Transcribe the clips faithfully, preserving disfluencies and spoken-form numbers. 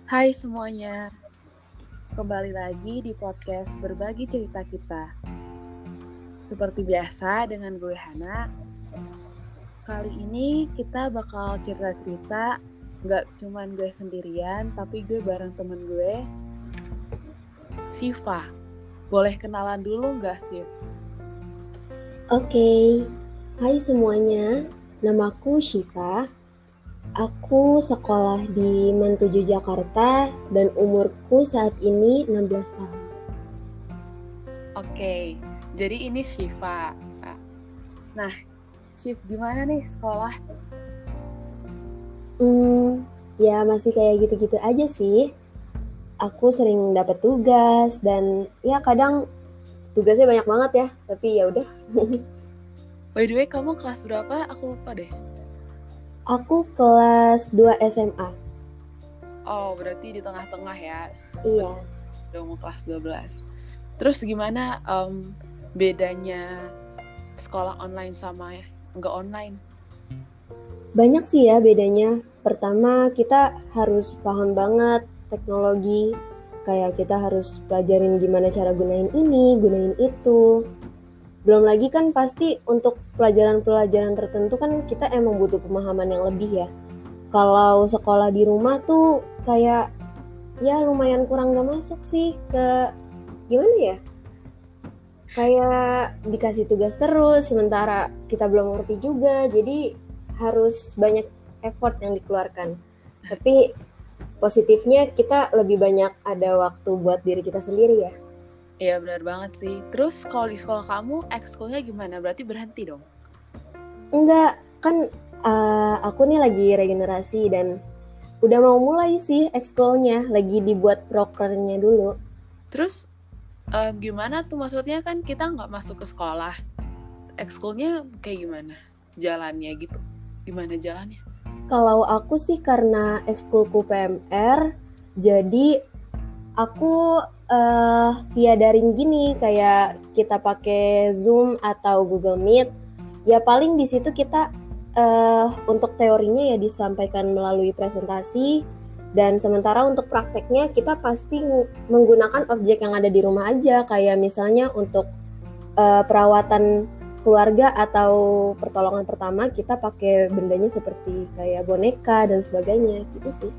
Hai semuanya, kembali lagi di podcast Berbagi Cerita Kita. Seperti biasa dengan gue Hana, kali ini kita bakal cerita-cerita gak cuman gue sendirian, tapi gue bareng temen gue, Siva. Boleh kenalan dulu gak, Siv? Oke, hai semuanya, namaku Syifa. Aku sekolah di Mantuju Jakarta dan umurku saat ini enam belas tahun. Oke, jadi ini Syifa. Nah, Siv, gimana nih sekolah? Hmm, ya masih kayak gitu-gitu aja sih. Aku sering dapat tugas dan ya kadang tugasnya banyak banget ya, tapi ya udah. By the way, kamu kelas berapa? Aku lupa deh. Aku kelas dua S M A. Oh, berarti di tengah-tengah ya. Iya. Udah mau kelas dua belas. Terus gimana um, bedanya sekolah online sama nggak online? Banyak sih ya bedanya. Pertama, kita harus paham banget teknologi. Kayak kita harus pelajarin gimana cara gunain ini, gunain itu. Belum lagi kan pasti untuk pelajaran-pelajaran tertentu kan kita emang butuh pemahaman yang lebih ya. Kalau sekolah di rumah tuh kayak ya lumayan kurang gak masuk sih ke gimana ya? Kayak dikasih tugas terus sementara kita belum ngerti juga, jadi harus banyak effort yang dikeluarkan. Tapi positifnya kita lebih banyak ada waktu buat diri kita sendiri ya. Iya benar banget sih. Terus kalau di sekolah kamu ekskulnya gimana? Berarti berhenti dong? Enggak, kan uh, aku nih lagi regenerasi dan udah mau mulai sih ekskulnya, lagi dibuat prokernya dulu. Terus um, gimana tuh maksudnya kan kita nggak masuk ke sekolah. Ekskulnya kayak gimana? Jalannya gitu. Gimana jalannya? Kalau aku sih karena ekskulku P M R, jadi aku uh, via daring gini, kayak kita pakai Zoom atau Google Meet. Ya paling di situ kita uh, untuk teorinya ya disampaikan melalui presentasi, dan sementara untuk prakteknya kita pasti menggunakan objek yang ada di rumah aja, kayak misalnya untuk uh, perawatan keluarga atau pertolongan pertama kita pakai bendanya seperti kayak boneka dan sebagainya gitu sih.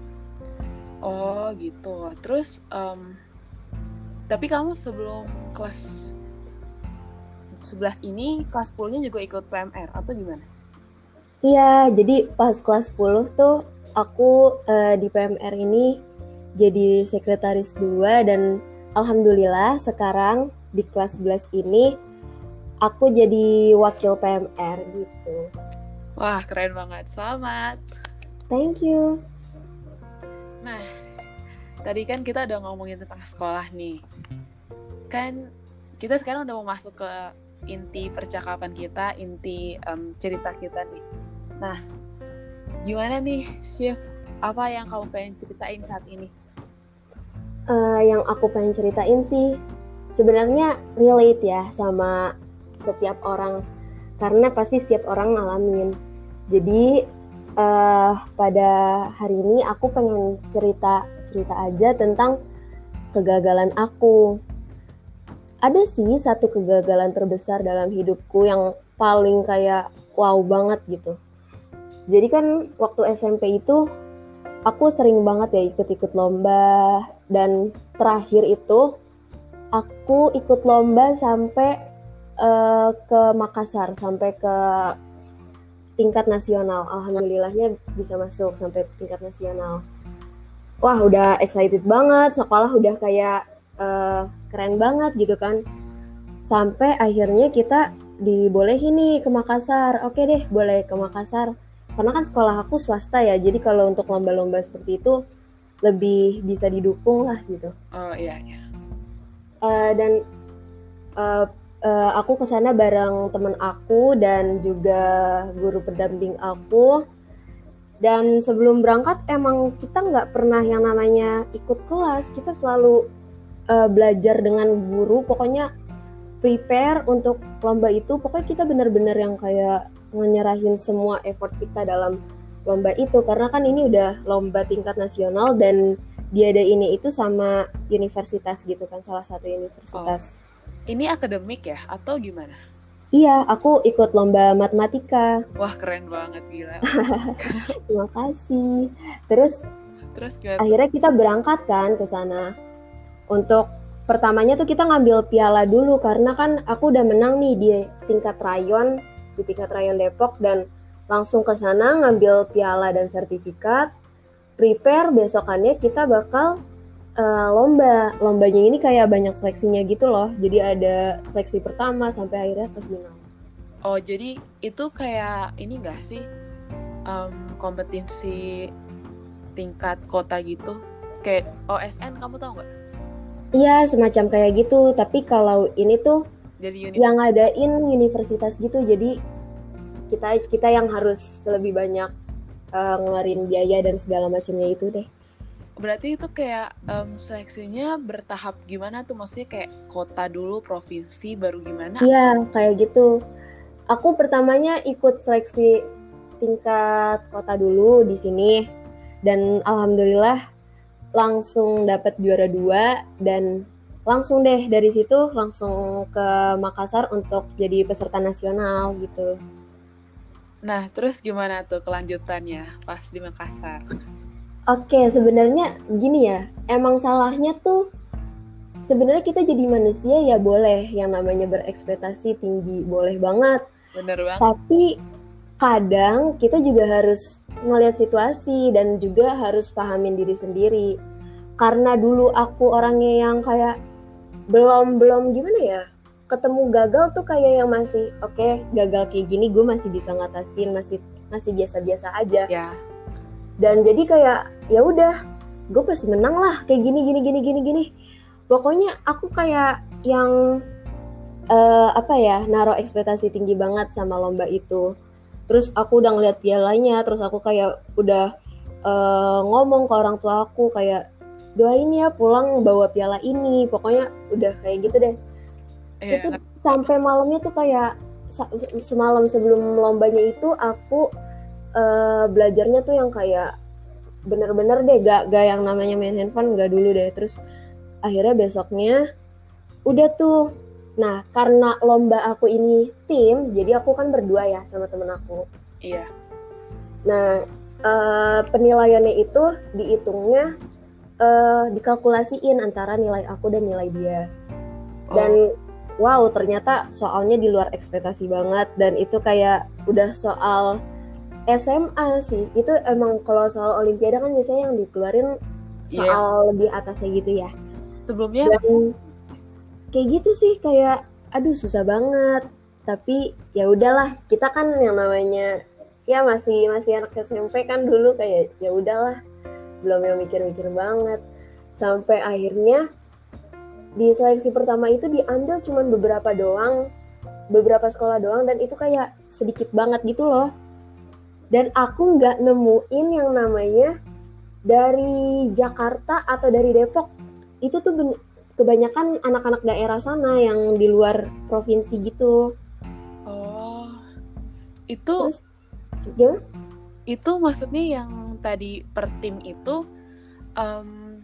Oh gitu. Terus um, tapi kamu sebelum kelas sebelas ini kelas sepuluh-nya juga ikut P M R atau gimana? Iya, jadi pas kelas sepuluh tuh aku uh, di P M R ini jadi sekretaris dua dan alhamdulillah sekarang di kelas sebelas ini aku jadi wakil P M R gitu. Wah, keren banget. Selamat. Thank you. Nah, tadi kan kita udah ngomongin tentang sekolah nih. Kan kita sekarang udah mau masuk ke inti percakapan kita, inti um, cerita kita nih. Nah, gimana nih, Chef? Apa yang kamu pengen ceritain saat ini? Uh, yang aku pengen ceritain sih sebenarnya relate ya sama setiap orang, karena pasti setiap orang ngalamin. Jadi uh, pada hari ini aku pengen cerita cerita aja tentang kegagalan aku. Ada sih satu kegagalan terbesar dalam hidupku yang paling kayak wow banget gitu. Jadi kan waktu S M P itu aku sering banget ya ikut-ikut lomba, dan terakhir itu aku ikut lomba sampai uh, ke Makassar, sampai ke tingkat nasional. Alhamdulillahnya bisa masuk sampai tingkat nasional. Wah, udah excited banget, sekolah udah kayak uh, keren banget gitu kan. Sampai akhirnya kita dibolehin nih ke Makassar. Oke deh, boleh ke Makassar. Karena kan sekolah aku swasta ya, jadi kalau untuk lomba-lomba seperti itu lebih bisa didukung lah gitu. Oh iya iya. Uh, dan uh, uh, aku kesana bareng temen aku dan juga guru pendamping aku. Dan sebelum berangkat emang kita nggak pernah yang namanya ikut kelas, kita selalu uh, belajar dengan guru, pokoknya prepare untuk lomba itu. Pokoknya kita benar-benar yang kayak menyerahin semua effort kita dalam lomba itu, karena kan ini udah lomba tingkat nasional dan diadainnya itu sama universitas gitu kan, salah satu universitas. Oh. Ini akademik ya atau gimana? Iya, aku ikut lomba matematika. Wah, keren banget, gila. Terima kasih. Terus, Terus gimana? Akhirnya kita berangkat kan ke sana. Untuk pertamanya tuh kita ngambil piala dulu karena kan aku udah menang nih di tingkat rayon, di tingkat rayon Depok, dan langsung ke sana ngambil piala dan sertifikat. Prepare besokannya kita bakal uh, lomba. Lombanya ini kayak banyak seleksinya gitu loh. Jadi ada seleksi pertama sampai akhirnya ke final. Oh, jadi itu kayak ini enggak sih? Um, kompetisi tingkat kota gitu? Kayak O S N, kamu tahu nggak? Iya, semacam kayak gitu. Tapi kalau ini tuh jadi yang ngadain universitas gitu. Jadi kita kita yang harus lebih banyak Uh, ngeluarin biaya dan segala macamnya itu deh. Berarti itu kayak um, seleksinya bertahap gimana tuh? Maksudnya kayak kota dulu, provinsi, baru gimana? Iya, kayak gitu. Aku pertamanya ikut seleksi tingkat kota dulu di sini, dan alhamdulillah langsung dapat juara dua, dan langsung deh dari situ langsung ke Makassar untuk jadi peserta nasional gitu. Nah, terus gimana tuh kelanjutannya pas di Makassar? Oke, sebenarnya gini ya, emang salahnya tuh sebenarnya kita jadi manusia ya boleh yang namanya berekspektasi tinggi, boleh banget. Bener banget. Tapi kadang kita juga harus ngelihat situasi dan juga harus pahamin diri sendiri. Karena dulu aku orangnya yang kayak belum-belum gimana ya, ketemu gagal tuh kayak yang masih oke, okay, gagal kayak gini gue masih bisa ngatasin, masih masih biasa-biasa aja. Ya. Dan jadi kayak ya udah, gue pasti menang lah kayak gini gini gini gini gini. Pokoknya aku kayak yang uh, apa ya, naruh ekspektasi tinggi banget sama lomba itu. Terus aku udah ngeliat pialanya, terus aku kayak udah uh, ngomong ke orang tua aku kayak doain ya pulang bawa piala ini. Pokoknya udah kayak gitu deh. Yeah. Itu sampai malamnya tuh kayak semalam sebelum lombanya itu aku uh, belajarnya tuh yang kayak bener-bener deh gak, gak yang namanya main handphone, gak dulu deh. Terus akhirnya besoknya udah tuh, nah karena lomba aku ini tim, jadi aku kan berdua ya sama temen aku. Iya. Nah uh, penilaiannya itu dihitungnya uh, dikalkulasiin antara nilai aku dan nilai dia. Dan oh. Wow, ternyata soalnya di luar ekspektasi banget, dan itu kayak udah soal S M A sih. Itu emang kalau soal olimpiade kan biasanya yang dikeluarin soal yeah. lebih atasnya gitu ya. Sebelumnya dan kayak gitu sih, kayak aduh susah banget. Tapi ya udahlah, kita kan yang namanya ya masih masih anak S M P kan dulu, kayak ya udahlah, belum yang mikir-mikir banget. Sampai akhirnya di seleksi pertama itu diambil cuma beberapa doang, beberapa sekolah doang, dan itu kayak sedikit banget gitu loh. Dan aku nggak nemuin yang namanya dari Jakarta atau dari Depok. Itu tuh ben- kebanyakan anak-anak daerah sana yang di luar provinsi gitu. Oh, itu Terus, gimana? Itu maksudnya yang tadi per tim itu um,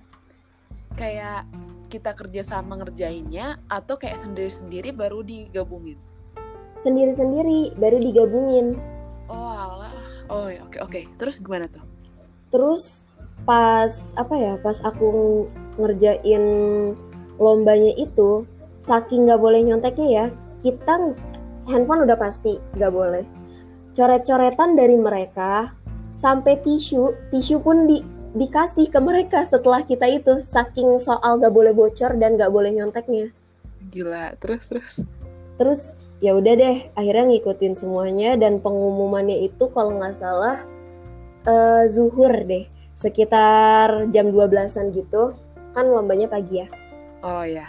kayak kita kerjasama ngerjainnya atau kayak sendiri-sendiri baru digabungin? Sendiri-sendiri baru digabungin. Oh alah, oh ya, oke oke. Terus gimana tuh? Terus pas apa ya, pas aku ngerjain lombanya itu, saking nggak boleh nyonteknya ya, kita handphone udah pasti nggak boleh. Coret-coretan dari mereka, sampai tisu, tisu pun di dikasih ke mereka setelah kita itu, saking soal gak boleh bocor dan gak boleh nyonteknya. Gila, terus terus terus ya udah deh, akhirnya ngikutin semuanya, dan pengumumannya itu kalau nggak salah uh, zuhur deh, sekitar jam dua belasan gitu, kan lombanya pagi ya. Oh ya.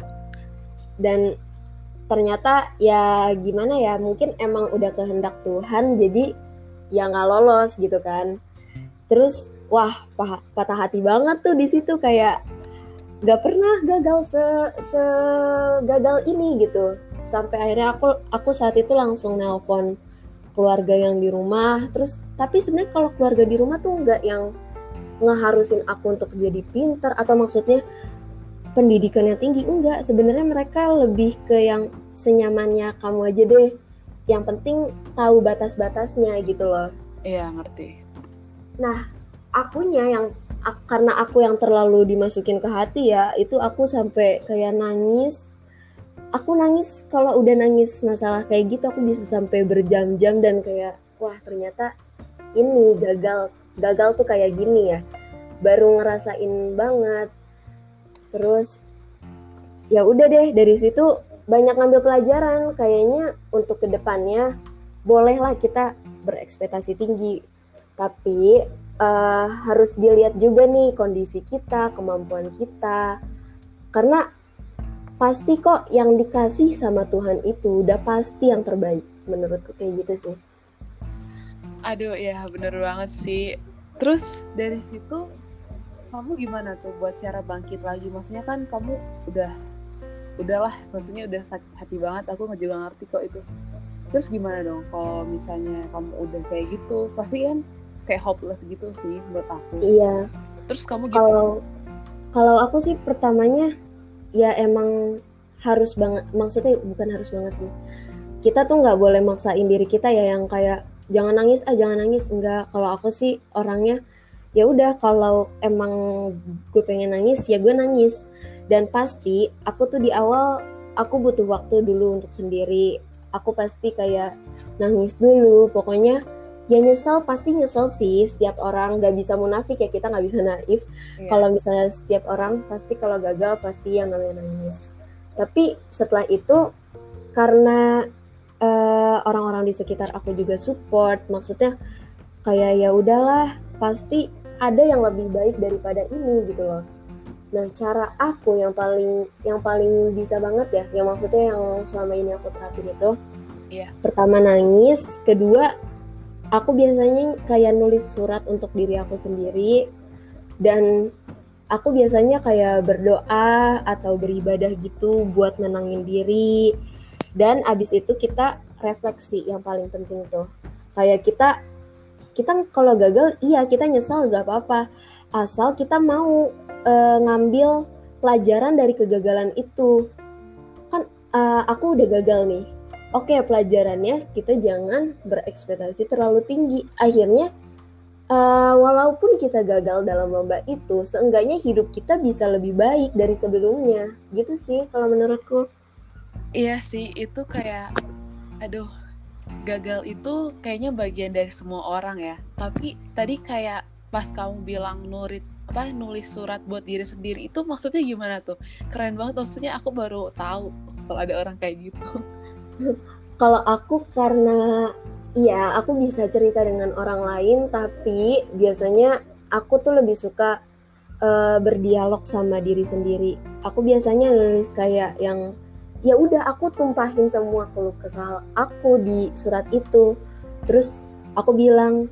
Dan ternyata ya gimana ya, mungkin emang udah kehendak Tuhan, jadi ya nggak lolos gitu kan. Terus wah, patah hati banget tuh di situ, kayak gak pernah gagal se, se gagal ini gitu. Sampai akhirnya aku aku saat itu langsung nelpon keluarga yang di rumah. Terus tapi sebenarnya kalau keluarga di rumah tuh nggak yang ngeharusin aku untuk jadi pintar atau maksudnya pendidikan yang tinggi, enggak. Sebenarnya mereka lebih ke yang senyamannya kamu aja deh, yang penting tahu batas-batasnya gitu loh. Iya, ngerti. Nah, akunya yang karena aku yang terlalu dimasukin ke hati ya, itu aku sampai kayak nangis. Aku nangis, kalau udah nangis masalah kayak gitu aku bisa sampai berjam-jam dan kayak wah ternyata ini gagal gagal tuh kayak gini ya, baru ngerasain banget. Terus ya udah deh, dari situ banyak ngambil pelajaran. Kayaknya untuk kedepannya bolehlah kita berekspektasi tinggi, tapi uh, harus dilihat juga nih kondisi kita, kemampuan kita, karena pasti kok yang dikasih sama Tuhan itu udah pasti yang terbaik. Menurutku kayak gitu sih. Aduh, ya bener banget sih. Terus dari situ kamu gimana tuh buat cara bangkit lagi? Maksudnya kan kamu udah udahlah, maksudnya udah sakit hati banget. Aku juga ngerti kok itu. Terus gimana dong kalau misalnya kamu udah kayak gitu? Pasti kan kayak hopeless gitu sih menurut aku. Iya. Terus kamu gimana? Kalau kalau aku sih pertamanya ya emang harus banget, maksudnya bukan harus banget sih, kita tuh nggak boleh maksain diri kita ya yang kayak jangan nangis ah jangan nangis, enggak. Kalau aku sih orangnya ya udah, kalau emang gue pengen nangis ya gue nangis. Dan pasti aku tuh di awal aku butuh waktu dulu untuk sendiri. Aku pasti kayak nangis dulu, pokoknya ya nyesel, pasti nyesel sih. Setiap orang, gak bisa munafik ya, kita gak bisa naif. Yeah. Kalau misalnya setiap orang pasti kalau gagal pasti yang namanya nangis. Tapi setelah itu karena uh, orang-orang di sekitar aku juga support, maksudnya kayak ya udahlah, pasti ada yang lebih baik daripada ini gitu loh. Nah, cara aku yang paling yang paling bisa banget ya, yang maksudnya yang selama ini aku terapin itu, yeah. Pertama nangis, kedua aku biasanya kayak nulis surat untuk diri aku sendiri, dan aku biasanya kayak berdoa atau beribadah gitu buat menenangin diri. Dan abis itu kita refleksi, yang paling penting tuh. Kayak kita, kita kalau gagal, iya kita nyesal gak apa-apa. Asal kita mau e, ngambil pelajaran dari kegagalan itu. Kan e, aku udah gagal nih. Oke, pelajarannya kita jangan berekspektasi terlalu tinggi. Akhirnya, uh, walaupun kita gagal dalam lomba itu, seenggaknya hidup kita bisa lebih baik dari sebelumnya. Gitu sih kalau menurutku. Iya sih, itu kayak, aduh, gagal itu kayaknya bagian dari semua orang ya. Tapi tadi kayak pas kamu bilang nulis, apa, nulis surat buat diri sendiri, itu maksudnya gimana tuh? Keren banget, maksudnya aku baru tahu kalau ada orang kayak gitu. Kalau aku karena iya aku bisa cerita dengan orang lain, tapi biasanya aku tuh lebih suka uh, berdialog sama diri sendiri. Aku biasanya nulis kayak yang ya udah aku tumpahin semua keluh kesah aku di surat itu. Terus aku bilang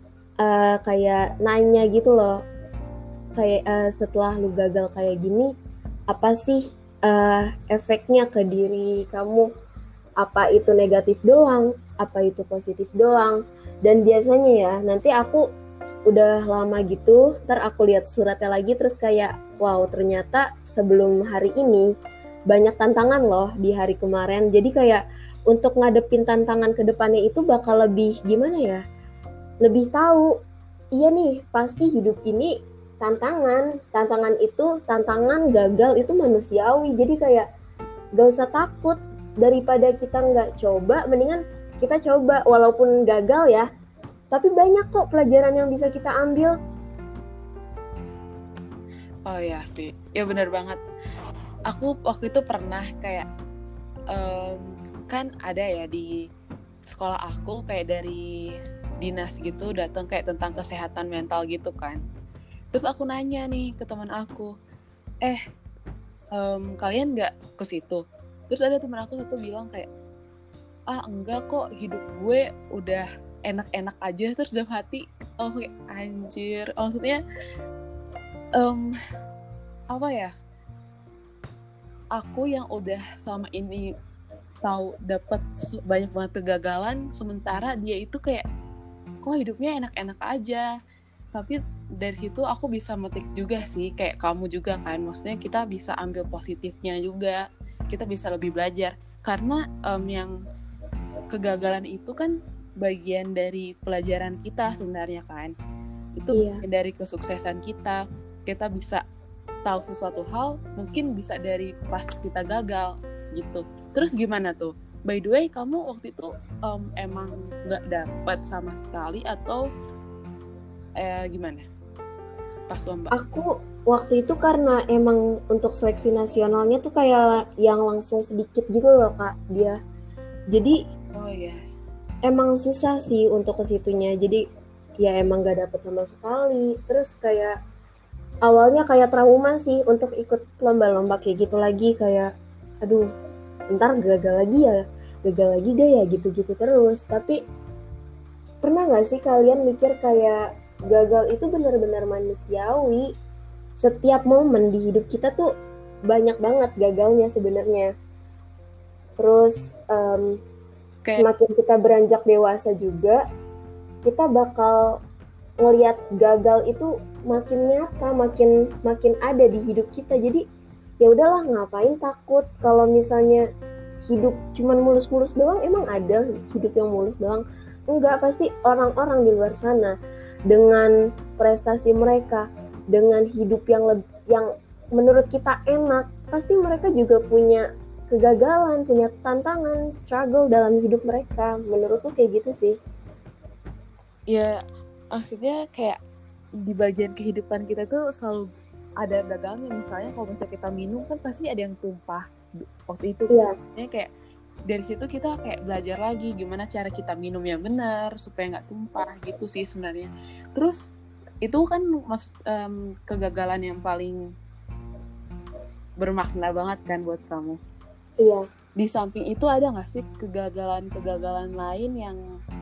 uh, kayak nanya gitu loh, kayak uh, setelah lu gagal kayak gini, apa sih uh, efeknya ke diri kamu? Apa itu negatif doang, apa itu positif doang. Dan biasanya ya, nanti aku udah lama gitu, ntar aku lihat suratnya lagi, terus kayak, wow ternyata sebelum hari ini, banyak tantangan loh di hari kemarin. Jadi kayak, untuk ngadepin tantangan ke depannya itu bakal lebih, gimana ya, lebih tahu, iya nih, pasti hidup ini tantangan. Tantangan itu, tantangan gagal itu manusiawi. Jadi kayak, gak usah takut. Daripada kita nggak coba, mendingan kita coba walaupun gagal ya, tapi banyak kok pelajaran yang bisa kita ambil. Oh ya sih, ya benar banget. Aku waktu itu pernah kayak um, kan ada ya di sekolah aku kayak dari dinas gitu datang kayak tentang kesehatan mental gitu kan. Terus aku nanya nih ke teman aku, eh um, kalian nggak ke situ? Terus ada teman aku satu bilang kayak, ah enggak kok, hidup gue udah enak-enak aja. Terus dalam hati langsung kayak anjir, maksudnya um, apa ya, aku yang udah selama ini tahu dapat banyak banget kegagalan, sementara dia itu kayak kok hidupnya enak-enak aja. Tapi dari situ aku bisa metik juga sih, kayak kamu juga kan, maksudnya kita bisa ambil positifnya juga, kita bisa lebih belajar, karena um, yang kegagalan itu kan bagian dari pelajaran kita sebenarnya kan, itu Iya. bagian dari kesuksesan kita. Kita bisa tahu sesuatu hal mungkin bisa dari pas kita gagal gitu. Terus gimana tuh? By the way, kamu waktu itu um, emang nggak dapat sama sekali atau eh, gimana? Pas lomba? Aku waktu itu karena emang untuk seleksi nasionalnya tuh kayak yang langsung sedikit gitu loh Kak dia. Jadi Oh ya. emang susah sih untuk ke situnya. Jadi ya emang gak dapet sama sekali. Terus kayak awalnya kayak trauma sih untuk ikut lomba-lomba kayak gitu lagi, kayak aduh ntar gagal lagi ya, gagal lagi gak ya, gitu-gitu terus. Tapi pernah gak sih kalian mikir kayak gagal itu benar-benar manusiawi? Setiap momen di hidup kita tuh banyak banget gagalnya sebenarnya. Terus um, Kayak semakin kita beranjak dewasa juga, kita bakal ngelihat gagal itu makin nyata, makin makin ada di hidup kita. Jadi ya udahlah, ngapain takut kalau misalnya hidup cuman mulus-mulus doang? Emang ada hidup yang mulus doang? Enggak, pasti orang-orang di luar sana dengan prestasi mereka, dengan hidup yang lebih, yang menurut kita enak, pasti mereka juga punya kegagalan, punya tantangan, struggle dalam hidup mereka. Menurutku kayak gitu sih. ya maksudnya kayak di bagian kehidupan kita tuh selalu ada gagalnya. Misalnya kalau misalnya kita minum kan pasti ada yang tumpah waktu itu. Iya. Maksudnya kayak dari situ kita kayak belajar lagi gimana cara kita minum yang benar supaya nggak tumpah gitu sih sebenarnya. Terus itu kan maksud um, kegagalan yang paling bermakna banget kan buat kamu. Iya. Di samping itu ada nggak sih kegagalan-kegagalan lain yang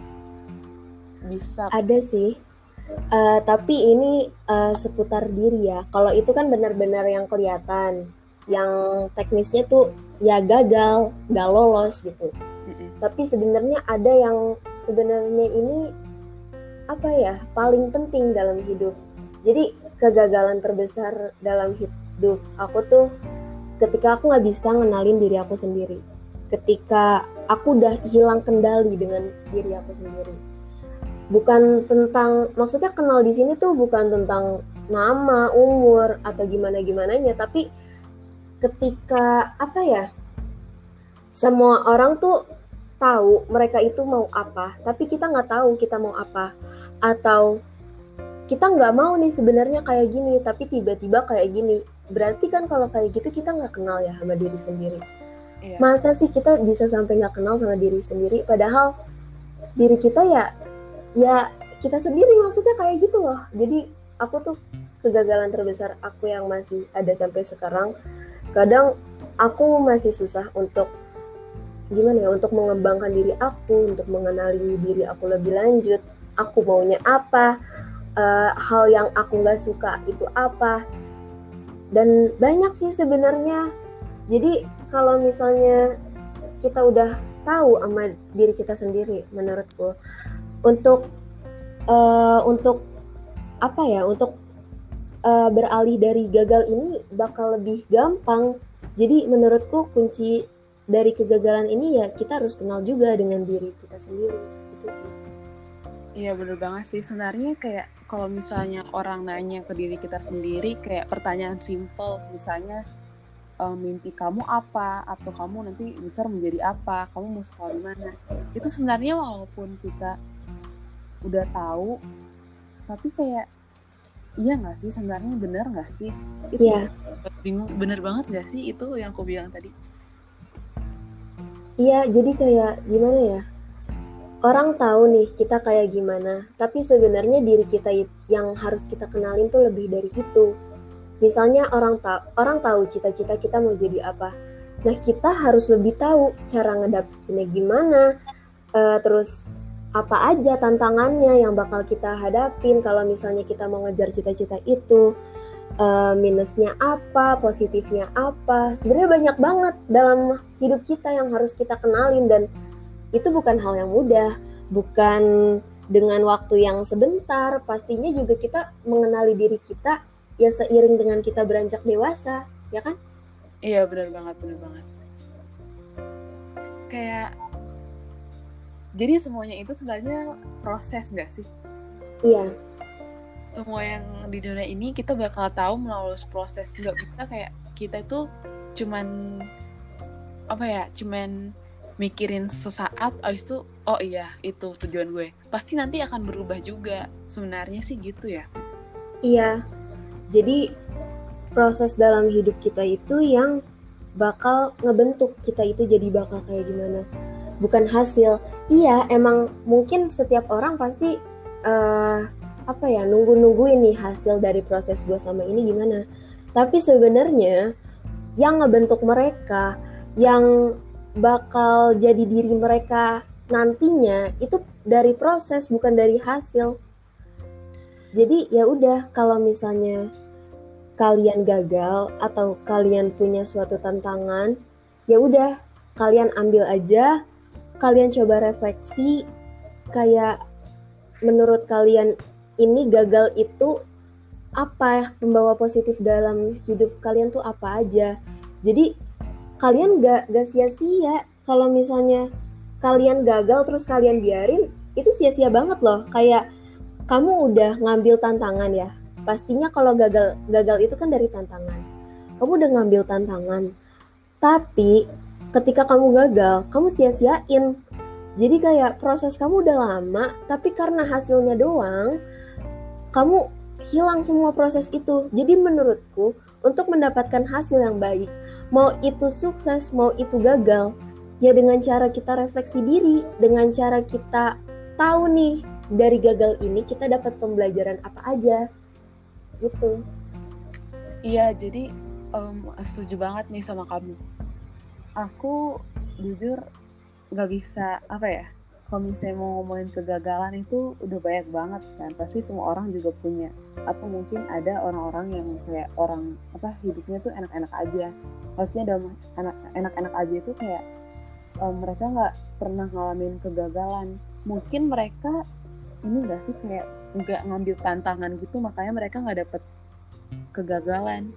bisa? Ada sih. Uh, tapi ini uh, seputar diri ya. Kalau itu kan benar-benar yang kelihatan, yang teknisnya tuh ya gagal, nggak lolos gitu. Mm-mm. Tapi sebenarnya ada yang sebenarnya ini apa ya, paling penting dalam hidup. Jadi kegagalan terbesar dalam hidup aku tuh ketika aku nggak bisa ngenalin diri aku sendiri, ketika aku udah hilang kendali dengan diri aku sendiri. Bukan tentang, maksudnya kenal di sini tuh bukan tentang nama, umur atau gimana-gimananya, tapi ketika apa ya, semua orang tuh tahu mereka itu mau apa, tapi kita nggak tahu kita mau apa, atau kita nggak mau nih sebenarnya kayak gini, tapi tiba-tiba kayak gini. Berarti kan kalau kayak gitu kita nggak kenal ya sama diri sendiri. Iya. Masa sih kita bisa sampai nggak kenal sama diri sendiri, padahal diri kita ya ya kita sendiri, maksudnya kayak gitu loh. Jadi aku tuh kegagalan terbesar aku yang masih ada sampai sekarang, kadang aku masih susah untuk gimana ya, untuk mengembangkan diri aku, untuk mengenali diri aku lebih lanjut, aku maunya apa, uh, hal yang aku nggak suka itu apa, dan banyak sih sebenarnya. Jadi kalau misalnya kita udah tahu sama diri kita sendiri, menurutku untuk uh, untuk apa ya, untuk uh, beralih dari gagal ini bakal lebih gampang. Jadi menurutku kunci dari kegagalan ini ya kita harus kenal juga dengan diri kita sendiri gitu sih. Iya bener banget sih. Sebenarnya kayak kalau misalnya orang nanya ke diri kita sendiri, kayak pertanyaan simple, misalnya um, mimpi kamu apa, atau kamu nanti besar menjadi apa, kamu mau sekolah di mana, itu sebenarnya walaupun kita udah tahu, tapi kayak iya nggak sih, sebenarnya bener nggak sih? Itu Iya. bingung, bener banget nggak sih itu yang aku bilang tadi? Iya, jadi kayak gimana ya? Orang tahu nih kita kayak gimana, tapi sebenarnya diri kita yang harus kita kenalin tuh lebih dari itu. Misalnya orang tahu, orang tahu cita-cita kita mau jadi apa. Nah, kita harus lebih tahu cara ngedapinnya gimana, uh, terus apa aja tantangannya yang bakal kita hadapin kalau misalnya kita mau ngejar cita-cita itu, uh, minusnya apa, positifnya apa. Sebenarnya banyak banget dalam hidup kita yang harus kita kenalin, dan itu bukan hal yang mudah, bukan dengan waktu yang sebentar, pastinya juga kita mengenali diri kita ya seiring dengan kita beranjak dewasa, ya kan? Iya, benar banget, benar banget. Kayak jadi semuanya itu sebenarnya proses nggak sih? Iya. Semua yang di dunia ini kita bakal tahu melalui proses. Nggak bisa kayak kita itu cuman apa ya, cuman mikirin sesaat, abis itu oh iya itu tujuan gue. Pasti nanti akan berubah juga. Sebenarnya sih gitu ya. Iya. Jadi proses dalam hidup kita itu yang bakal ngebentuk kita itu jadi bakal kayak gimana. Bukan hasil. Iya, emang mungkin setiap orang pasti uh, apa ya, nunggu-nungguin nih hasil dari proses gue selama ini gimana. Tapi sebenarnya yang ngebentuk mereka, yang bakal jadi diri mereka nantinya itu dari proses, bukan dari hasil. Jadi ya udah, kalau misalnya kalian gagal atau kalian punya suatu tantangan, ya udah kalian ambil aja, kalian coba refleksi kayak menurut kalian ini gagal itu apa, pembawa positif dalam hidup kalian tuh apa aja. Jadi kalian gak, gak sia-sia kalau misalnya kalian gagal terus kalian biarin, itu sia-sia banget loh. Kayak kamu udah ngambil tantangan ya, pastinya kalau gagal gagal itu kan dari tantangan. Kamu udah ngambil tantangan, tapi ketika kamu gagal, kamu sia-siain. Jadi kayak proses kamu udah lama, tapi karena hasilnya doang, kamu hilang semua proses itu. Jadi menurutku, untuk mendapatkan hasil yang baik, mau itu sukses, mau itu gagal, ya dengan cara kita refleksi diri, dengan cara kita tahu nih, dari gagal ini kita dapat pembelajaran apa aja, gitu. Iya, jadi um, setuju banget nih sama kamu. Aku jujur gak bisa, apa ya, kalau misalnya mau ngomongin kegagalan itu udah banyak banget kan, pasti semua orang juga punya, atau mungkin ada orang-orang yang kayak orang apa hidupnya tuh enak-enak aja. Maksudnya dalam enak-enak aja itu kayak um, mereka nggak pernah ngalamin kegagalan. Mungkin mereka ini nggak sih kayak nggak ngambil tantangan gitu, makanya mereka nggak dapet kegagalan.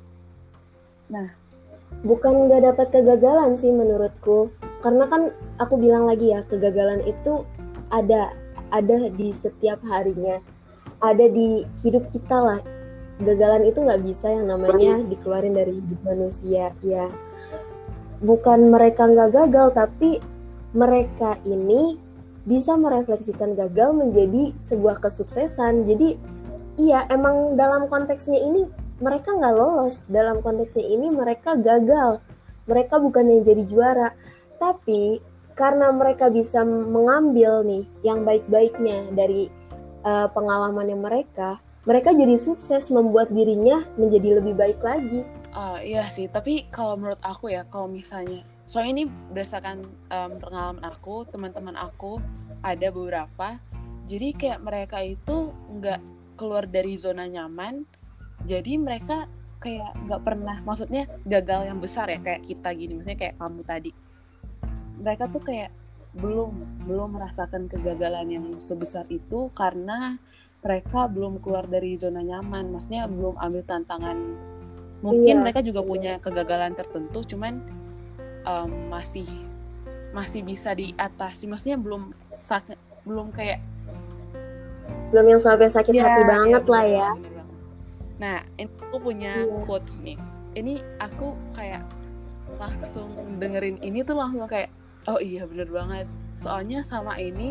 Nah, bukan nggak dapat kegagalan sih menurutku, karena kan aku bilang lagi ya, kegagalan itu ada ada di setiap harinya, ada di hidup kita lah. Kegagalan itu nggak bisa yang namanya dikeluarin dari hidup manusia ya. Bukan mereka nggak gagal, tapi mereka ini bisa merefleksikan gagal menjadi sebuah kesuksesan. Jadi iya, emang dalam konteksnya ini mereka nggak lolos, dalam konteksnya ini mereka gagal, mereka bukan yang jadi juara. Tapi karena mereka bisa mengambil nih yang baik-baiknya dari uh, pengalamannya mereka, mereka jadi sukses, membuat dirinya menjadi lebih baik lagi. Uh, iya sih, tapi kalau menurut aku ya, kalau misalnya, soalnya ini berdasarkan um, pengalaman aku, teman-teman aku ada beberapa, jadi kayak mereka itu nggak keluar dari zona nyaman, jadi mereka kayak nggak pernah, maksudnya gagal yang besar ya, kayak kita gini, maksudnya kayak kamu tadi. Mereka tuh kayak belum belum merasakan kegagalan yang sebesar itu karena mereka belum keluar dari zona nyaman, maksudnya belum ambil tantangan. Mungkin iya, mereka juga iya. punya kegagalan tertentu, cuman um, masih masih bisa diatasi, maksudnya belum sakit, belum kayak belum yang sampai sakit ya, hati banget ya, lah ya. Bener, bener. Nah, ini aku punya iya. quotes nih. Ini aku kayak langsung dengerin ini tuh langsung kayak, oh iya bener banget. Soalnya sama ini,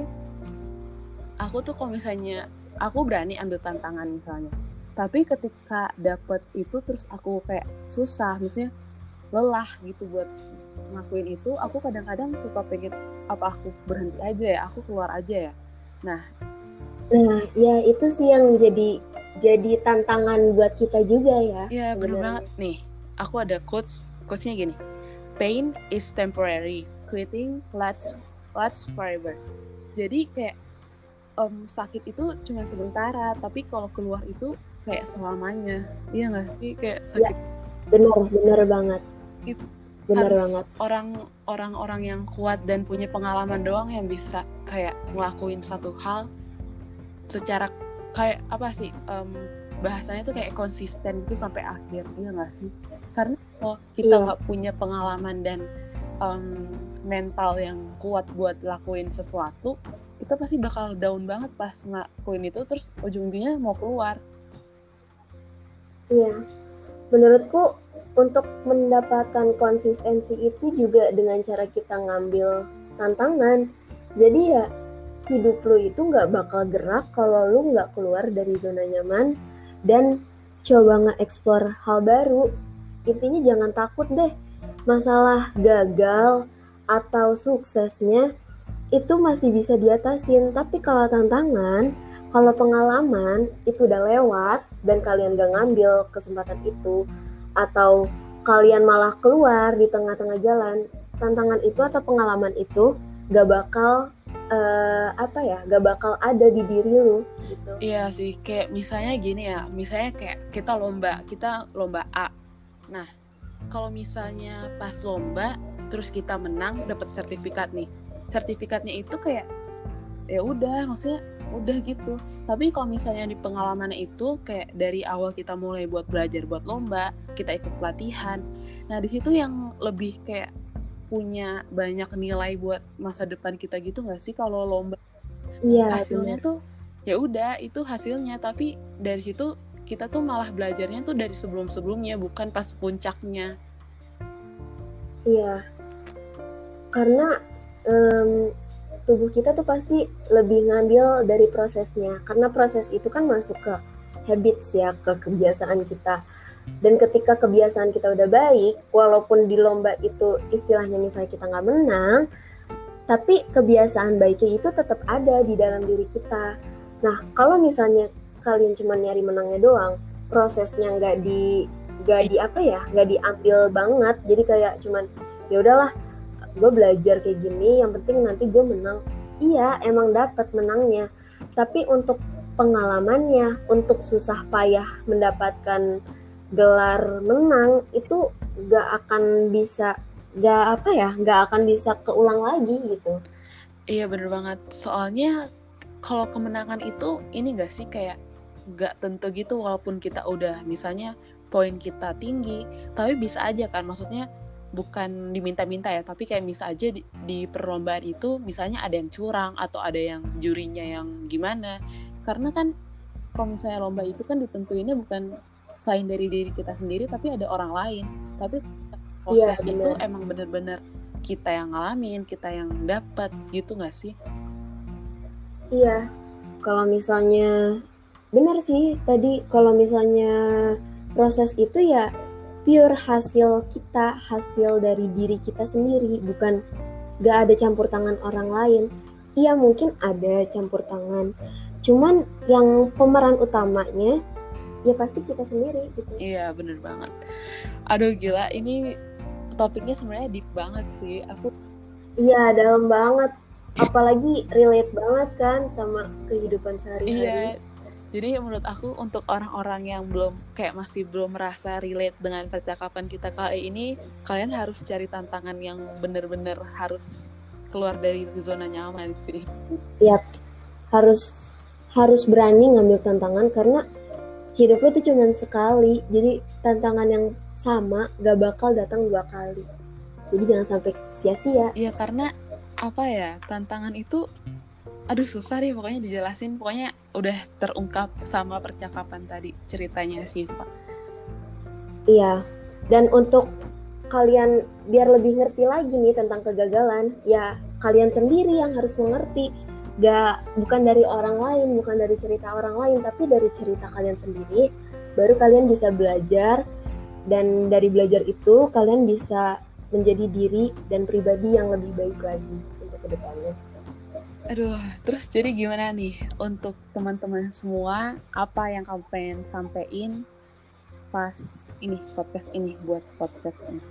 aku tuh kalau misalnya, aku berani ambil tantangan misalnya. Tapi ketika dapet itu terus aku kayak susah, misalnya lelah gitu buat ngelakuin itu, aku kadang-kadang suka pengen, apa aku berhenti aja ya, aku keluar aja ya. Nah, nah ya itu sih yang jadi jadi tantangan buat kita juga ya. Iya bener banget nih. Aku ada quotes, quotesnya gini. Pain is temporary, quitting lasts lasts forever. Jadi kayak um, sakit itu cuma sementara, tapi kalau keluar itu kayak selamanya. Iya nggak sih, kayak sakit. Ya, benar benar banget. Itu benar harus banget. Orang orang-orang yang kuat dan punya pengalaman doang yang bisa kayak ngelakuin satu hal secara kayak apa sih um, bahasanya tuh kayak konsisten itu sampai akhir, iya nggak sih? Karena kalau kita nggak Iya. punya pengalaman dan um, mental yang kuat buat lakuin sesuatu, kita pasti bakal down banget pas ngelakuin itu, terus ujung-ujungnya mau keluar. Iya, menurutku untuk mendapatkan konsistensi itu juga dengan cara kita ngambil tantangan. Jadi ya hidup lu itu nggak bakal gerak kalau lu nggak keluar dari zona nyaman dan coba nge-explore hal baru. Intinya jangan takut deh, masalah gagal atau suksesnya itu masih bisa diatasin. Tapi kalau tantangan, kalau pengalaman itu udah lewat dan kalian gak ngambil kesempatan itu, atau kalian malah keluar di tengah-tengah jalan, tantangan itu atau pengalaman itu gak bakal uh, apa ya, gak bakal ada di diri lu gitu. Iya sih, kayak misalnya gini ya, misalnya kayak kita lomba, kita lomba A. Nah, kalau misalnya pas lomba terus kita menang, dapat sertifikat nih. Sertifikatnya itu kayak ya udah, maksudnya udah gitu. Tapi kalau misalnya di pengalaman itu kayak dari awal kita mulai buat belajar buat lomba, kita ikut pelatihan. Nah, di situ yang lebih kayak punya banyak nilai buat masa depan kita gitu nggak sih? Kalau lomba Iya, hasilnya bener. tuh ya udah itu hasilnya, tapi dari situ kita tuh malah belajarnya tuh dari sebelum-sebelumnya, bukan pas puncaknya. Iya, karena um, tubuh kita tuh pasti lebih ngambil dari prosesnya, karena proses itu kan masuk ke habits ya, ke kebiasaan kita. Dan ketika kebiasaan kita udah baik, walaupun di lomba itu istilahnya misalnya kita nggak menang, tapi kebiasaan baiknya itu tetap ada di dalam diri kita. Nah, kalau misalnya kalian cuma nyari menangnya doang, prosesnya nggak di nggak di apa ya, nggak diambil banget, jadi kayak cuman ya udahlah, gue belajar kayak gini, yang penting nanti gue menang. Iya, emang dapat menangnya, tapi untuk pengalamannya, untuk susah payah mendapatkan gelar menang itu nggak akan bisa, nggak apa ya, nggak akan bisa keulang lagi gitu. Iya bener banget, soalnya kalau kemenangan itu ini gak sih kayak gak tentu gitu, walaupun kita udah misalnya poin kita tinggi, tapi bisa aja kan, maksudnya bukan diminta-minta ya, tapi kayak bisa aja di, di perlombaan itu misalnya ada yang curang atau ada yang jurinya yang gimana, karena kan kalau misalnya lomba itu kan ditentuinnya bukan selain dari diri kita sendiri, tapi ada orang lain, tapi proses Iya, itu bener. emang bener-bener kita yang ngalamin, kita yang dapat gitu gak sih? Iya, kalau misalnya benar sih tadi, kalau misalnya proses itu ya pure hasil kita, hasil dari diri kita sendiri, bukan gak ada campur tangan orang lain. Iya mungkin ada campur tangan, cuman yang pemeran utamanya ya pasti kita sendiri gitu. Iya bener banget. Aduh gila, ini topiknya sebenarnya deep banget sih. Aku Iya dalam banget, apalagi relate banget kan sama kehidupan iya. sehari-hari. Jadi menurut aku untuk orang-orang yang belum kayak masih belum merasa relate dengan percakapan kita kali ini, kalian harus cari tantangan yang bener-bener harus keluar dari zona nyaman sih. Iya, harus harus berani ngambil tantangan karena hidup lo tuh cuma sekali, jadi tantangan yang sama gak bakal datang dua kali. Jadi jangan sampai sia-sia. Iya karena apa ya, tantangan itu aduh susah deh pokoknya dijelasin, pokoknya udah terungkap sama percakapan tadi ceritanya Syifa. Iya, dan untuk kalian biar lebih ngerti lagi nih tentang kegagalan, ya kalian sendiri yang harus mengerti. Gak, bukan dari orang lain, bukan dari cerita orang lain, tapi dari cerita kalian sendiri, baru kalian bisa belajar, dan dari belajar itu kalian bisa menjadi diri dan pribadi yang lebih baik lagi untuk kedepannya. Aduh, terus jadi gimana nih untuk teman-teman semua, apa yang kamu pengen sampein pas ini podcast ini, buat podcast ini?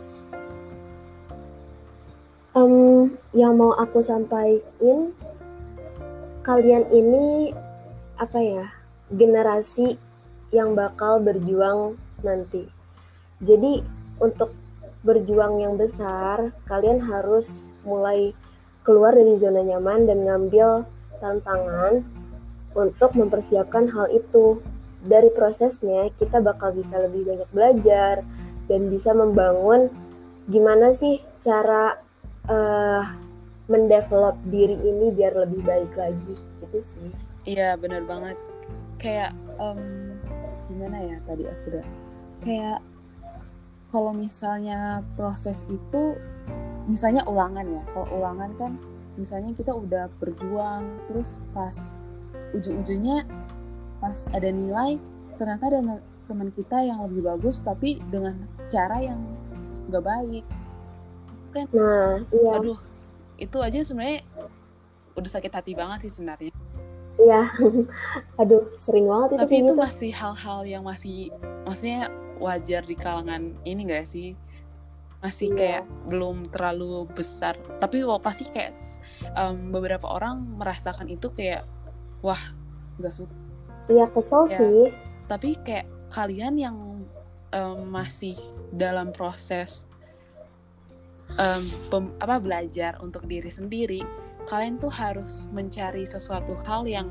Um, yang mau aku sampaikan, kalian ini apa ya, generasi yang bakal berjuang nanti. Jadi untuk berjuang yang besar, kalian harus mulai keluar dari zona nyaman dan ngambil tantangan untuk mempersiapkan hal itu. Dari prosesnya kita bakal bisa lebih banyak belajar dan bisa membangun gimana sih cara uh, mendevelop diri ini biar lebih baik lagi gitu sih. Iya benar banget. Kayak um, gimana ya tadi aku udah kayak kalau misalnya proses itu misalnya ulangan ya, kalau ulangan kan misalnya kita udah berjuang terus pas ujung-ujungnya pas ada nilai ternyata ada teman kita yang lebih bagus tapi dengan cara yang nggak baik kan. Nah iya, aduh itu aja sebenarnya udah sakit hati banget sih sebenarnya. Iya, aduh sering banget itu. Tapi itu gitu. masih hal-hal yang masih maksudnya wajar di kalangan ini nggak sih? Masih iya. Kayak belum terlalu besar. Tapi wah, pasti kayak um, beberapa orang merasakan itu kayak wah nggak suka. Iya kesel ya, sih. Tapi kayak kalian yang um, masih dalam proses um, pem, apa belajar untuk diri sendiri, kalian tuh harus mencari sesuatu hal yang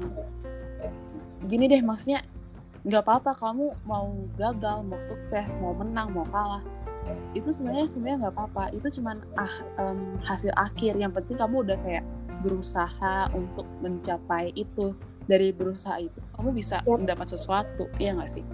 gini deh, maksudnya nggak apa-apa kamu mau gagal, mau sukses, mau menang, mau kalah, itu sebenarnya sebenarnya nggak apa-apa. Itu cuman ah um, hasil akhir. Yang penting kamu udah kayak berusaha untuk mencapai itu. Dari berusaha itu kamu bisa yep. mendapat sesuatu, iya nggak sih?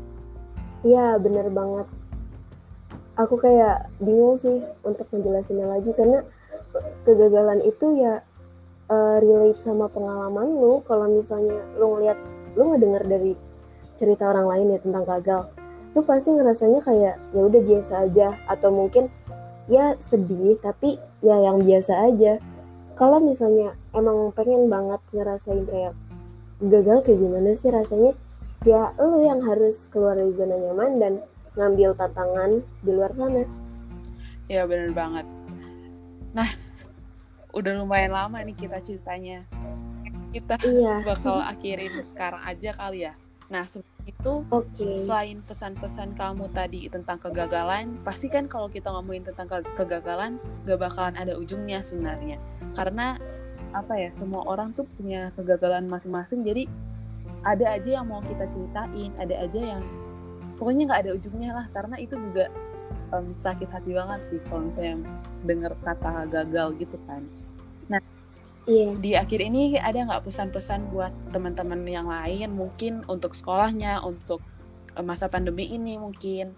Iya bener banget. Aku kayak bingung sih untuk menjelasinnya lagi karena kegagalan itu ya uh, relate sama pengalaman lu. Kalau misalnya lu ngeliat, lu ngedenger dari cerita orang lain ya tentang gagal, lu pasti ngerasanya kayak ya udah biasa aja, atau mungkin ya sedih tapi ya yang biasa aja. Kalau misalnya emang pengen banget ngerasain kayak gagal kayak gimana sih rasanya, ya lu yang harus keluar dari zona nyaman dan ngambil tantangan di luar sana. Ya benar banget. Nah, udah lumayan lama nih kita ceritanya. Kita iya. bakal akhirin sekarang aja kali ya. Nah, itu okay. Selain pesan-pesan kamu tadi tentang kegagalan, pasti kan kalau kita ngomongin tentang ke- kegagalan gak bakalan ada ujungnya sebenarnya. Karena apa ya, semua orang tuh punya kegagalan masing-masing, jadi ada aja yang mau kita ceritain, ada aja yang pokoknya nggak ada ujungnya lah. Karena itu juga um, sakit hati banget sih kalau misalnya dengar kata gagal gitu kan. Nah, yeah. Di akhir ini ada nggak pesan-pesan buat teman-teman yang lain, mungkin untuk sekolahnya, untuk um, masa pandemi ini mungkin?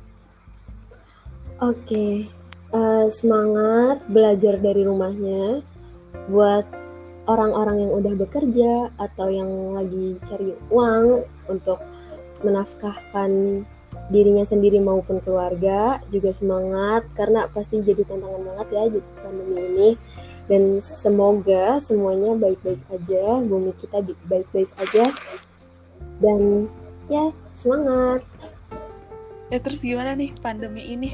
Oke, okay. uh, semangat belajar dari rumahnya. Buat orang-orang yang udah bekerja atau yang lagi cari uang untuk menafkahkan dirinya sendiri maupun keluarga, juga semangat karena pasti jadi tantangan banget ya di pandemi ini. Dan semoga semuanya baik-baik aja, bumi kita baik-baik aja, dan ya semangat. Ya terus gimana nih pandemi ini?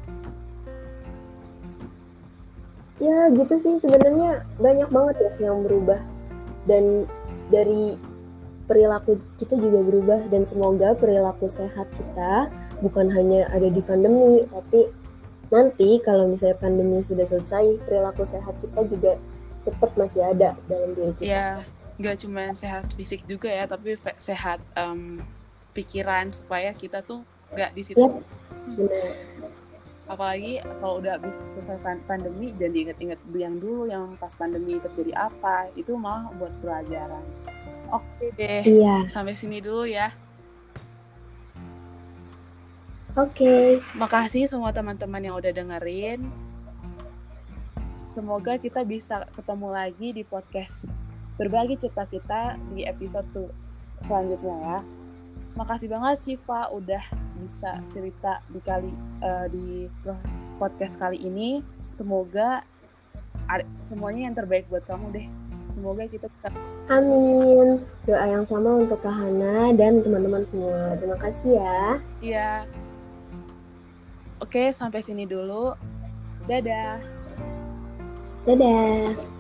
Ya gitu sih, sebenarnya banyak banget ya yang berubah, dan dari perilaku kita juga berubah. Dan semoga perilaku sehat kita bukan hanya ada di pandemi, tapi nanti kalau misalnya pandemi sudah selesai, perilaku sehat kita juga tetap masih ada dalam diri kita. Ya, nggak cuma sehat fisik juga ya, tapi sehat um, pikiran, supaya kita tuh nggak di situ. Yep, benar. Apalagi kalau udah habis selesai pandemi, dan diingat-ingat yang dulu yang pas pandemi terjadi apa, itu malah buat pelajaran. Oke deh, iya. Sampai sini dulu ya. Oke. Okay. Makasih semua teman-teman yang udah dengerin. Semoga kita bisa ketemu lagi di podcast berbagi cerita kita di episode selanjutnya ya. Makasih banget Syifa udah bisa cerita di kali uh, di podcast kali ini. Semoga ad- semuanya yang terbaik buat kamu deh. Semoga kita tetap. Amin. Doa yang sama untuk Kak Hana dan teman-teman semua. Terima kasih ya. Iya. Oke, sampai sini dulu. Dadah. Dadah.